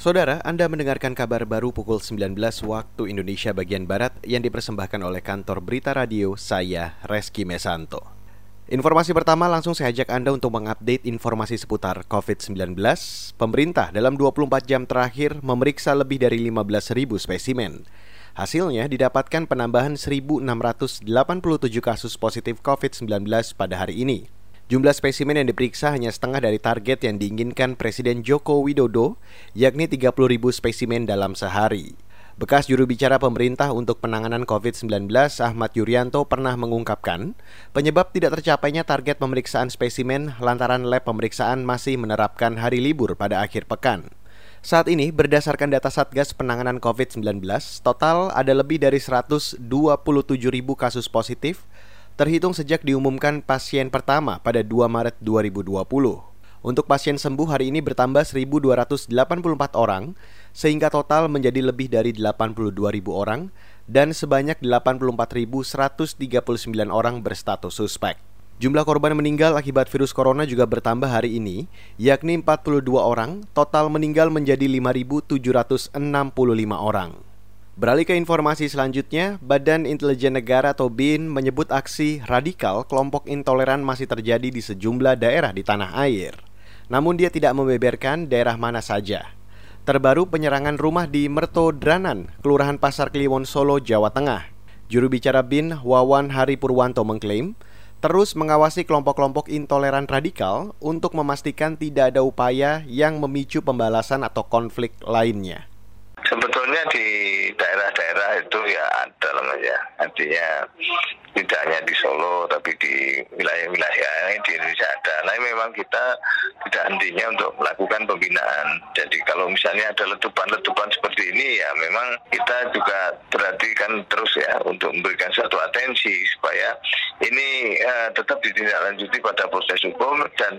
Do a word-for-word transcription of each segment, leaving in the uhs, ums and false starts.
Saudara, Anda mendengarkan kabar baru pukul sembilan belas waktu Indonesia bagian Barat yang dipersembahkan oleh kantor Berita Radio, saya Reski Mesanto. Informasi pertama, langsung saya ajak Anda untuk mengupdate informasi seputar covid sembilan belas. Pemerintah dalam dua puluh empat jam terakhir memeriksa lebih dari lima belas ribu spesimen. Hasilnya didapatkan penambahan seribu enam ratus delapan puluh tujuh kasus positif covid sembilan belas pada hari ini. Jumlah spesimen yang diperiksa hanya setengah dari target yang diinginkan Presiden Joko Widodo, yakni tiga puluh ribu spesimen dalam sehari. Bekas juru bicara pemerintah untuk penanganan covid sembilan belas, Ahmad Yuryanto, pernah mengungkapkan, penyebab tidak tercapainya target pemeriksaan spesimen lantaran lab pemeriksaan masih menerapkan hari libur pada akhir pekan. Saat ini, berdasarkan data Satgas Penanganan covid sembilan belas, total ada lebih dari seratus dua puluh tujuh ribu kasus positif, terhitung sejak diumumkan pasien pertama pada dua Maret dua ribu dua puluh. Untuk pasien sembuh hari ini bertambah seribu dua ratus delapan puluh empat orang, sehingga total menjadi lebih dari delapan puluh dua ribu orang, dan sebanyak delapan puluh empat ribu seratus tiga puluh sembilan orang berstatus suspek. Jumlah korban meninggal akibat virus corona juga bertambah hari ini, yakni empat puluh dua orang, total meninggal menjadi lima ribu tujuh ratus enam puluh lima orang. Beralih ke informasi selanjutnya, Badan Intelijen Negara atau B I N menyebut aksi radikal kelompok intoleran masih terjadi di sejumlah daerah di tanah air. Namun dia tidak membeberkan daerah mana saja. Terbaru penyerangan rumah di Mertodranan, Kelurahan Pasar Kliwon, Solo, Jawa Tengah. Juru bicara B I N, Wawan Hari Purwanto, mengklaim terus mengawasi kelompok-kelompok intoleran radikal untuk memastikan tidak ada upaya yang memicu pembalasan atau konflik lainnya. Sebetulnya di daerah-daerah itu ya ada namanya, artinya tidak hanya di Solo tapi di wilayah-wilayah lain di Indonesia ada. Nah memang kita tidak hentinya untuk melakukan pembinaan. Jadi kalau misalnya ada letupan-letupan seperti ini ya memang kita juga perhatikan terus ya untuk memberikan satu atensi supaya ini uh, tetap ditindaklanjuti pada proses hukum dan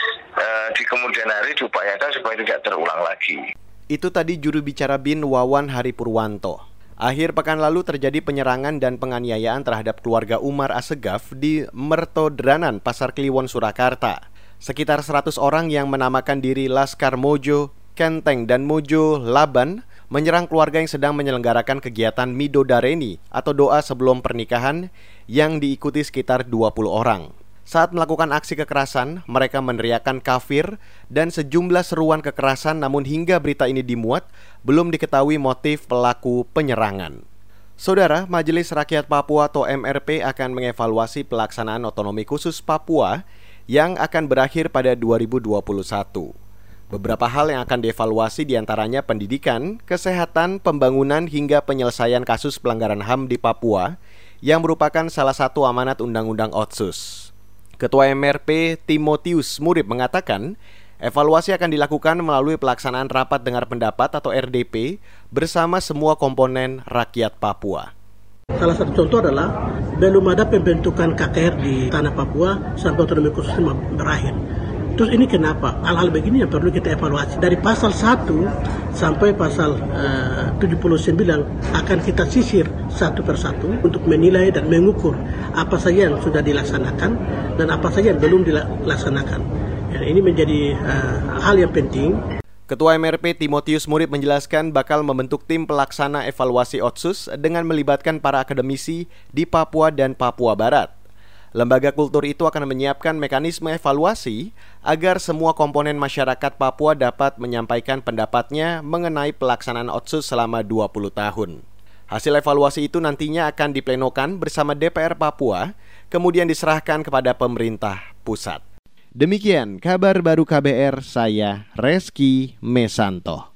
uh, di kemudian hari diupayakan supaya tidak terulang lagi. Itu tadi juru bicara B I N Wawan Hari Purwanto. Akhir pekan lalu terjadi penyerangan dan penganiayaan terhadap keluarga Umar Assegaf di Mertodranan, Pasar Kliwon, Surakarta. Sekitar seratus orang yang menamakan diri Laskar Mojo, Kenteng, dan Mojo Laban menyerang keluarga yang sedang menyelenggarakan kegiatan Midodareni atau doa sebelum pernikahan yang diikuti sekitar dua puluh orang. Saat melakukan aksi kekerasan, mereka meneriakkan kafir dan sejumlah seruan kekerasan, namun hingga berita ini dimuat, belum diketahui motif pelaku penyerangan. Saudara, Majelis Rakyat Papua atau M R P akan mengevaluasi pelaksanaan otonomi khusus Papua yang akan berakhir pada dua ribu dua puluh satu. Beberapa hal yang akan dievaluasi diantaranya pendidikan, kesehatan, pembangunan, hingga penyelesaian kasus pelanggaran H A M di Papua yang merupakan salah satu amanat Undang-Undang Otsus. Ketua M R P Timotius Murib mengatakan, evaluasi akan dilakukan melalui pelaksanaan rapat dengar pendapat atau R D P bersama semua komponen rakyat Papua. Salah satu contoh adalah belum ada pembentukan K K R di tanah Papua sampai otonomi khususnya berakhir. Terus ini kenapa? Hal-hal begini yang perlu kita evaluasi. Dari pasal satu sampai pasal uh, tujuh puluh sembilan akan kita sisir satu persatu untuk menilai dan mengukur apa saja yang sudah dilaksanakan dan apa saja yang belum dilaksanakan. Dan ini menjadi uh, hal yang penting. Ketua M R P Timotius Murib menjelaskan bakal membentuk tim pelaksana evaluasi Otsus dengan melibatkan para akademisi di Papua dan Papua Barat. Lembaga kultur itu akan menyiapkan mekanisme evaluasi agar semua komponen masyarakat Papua dapat menyampaikan pendapatnya mengenai pelaksanaan Otsus selama dua puluh tahun. Hasil evaluasi itu nantinya akan diplenokan bersama D P R Papua, kemudian diserahkan kepada pemerintah pusat. Demikian kabar baru K B R, saya Reski Mesanto.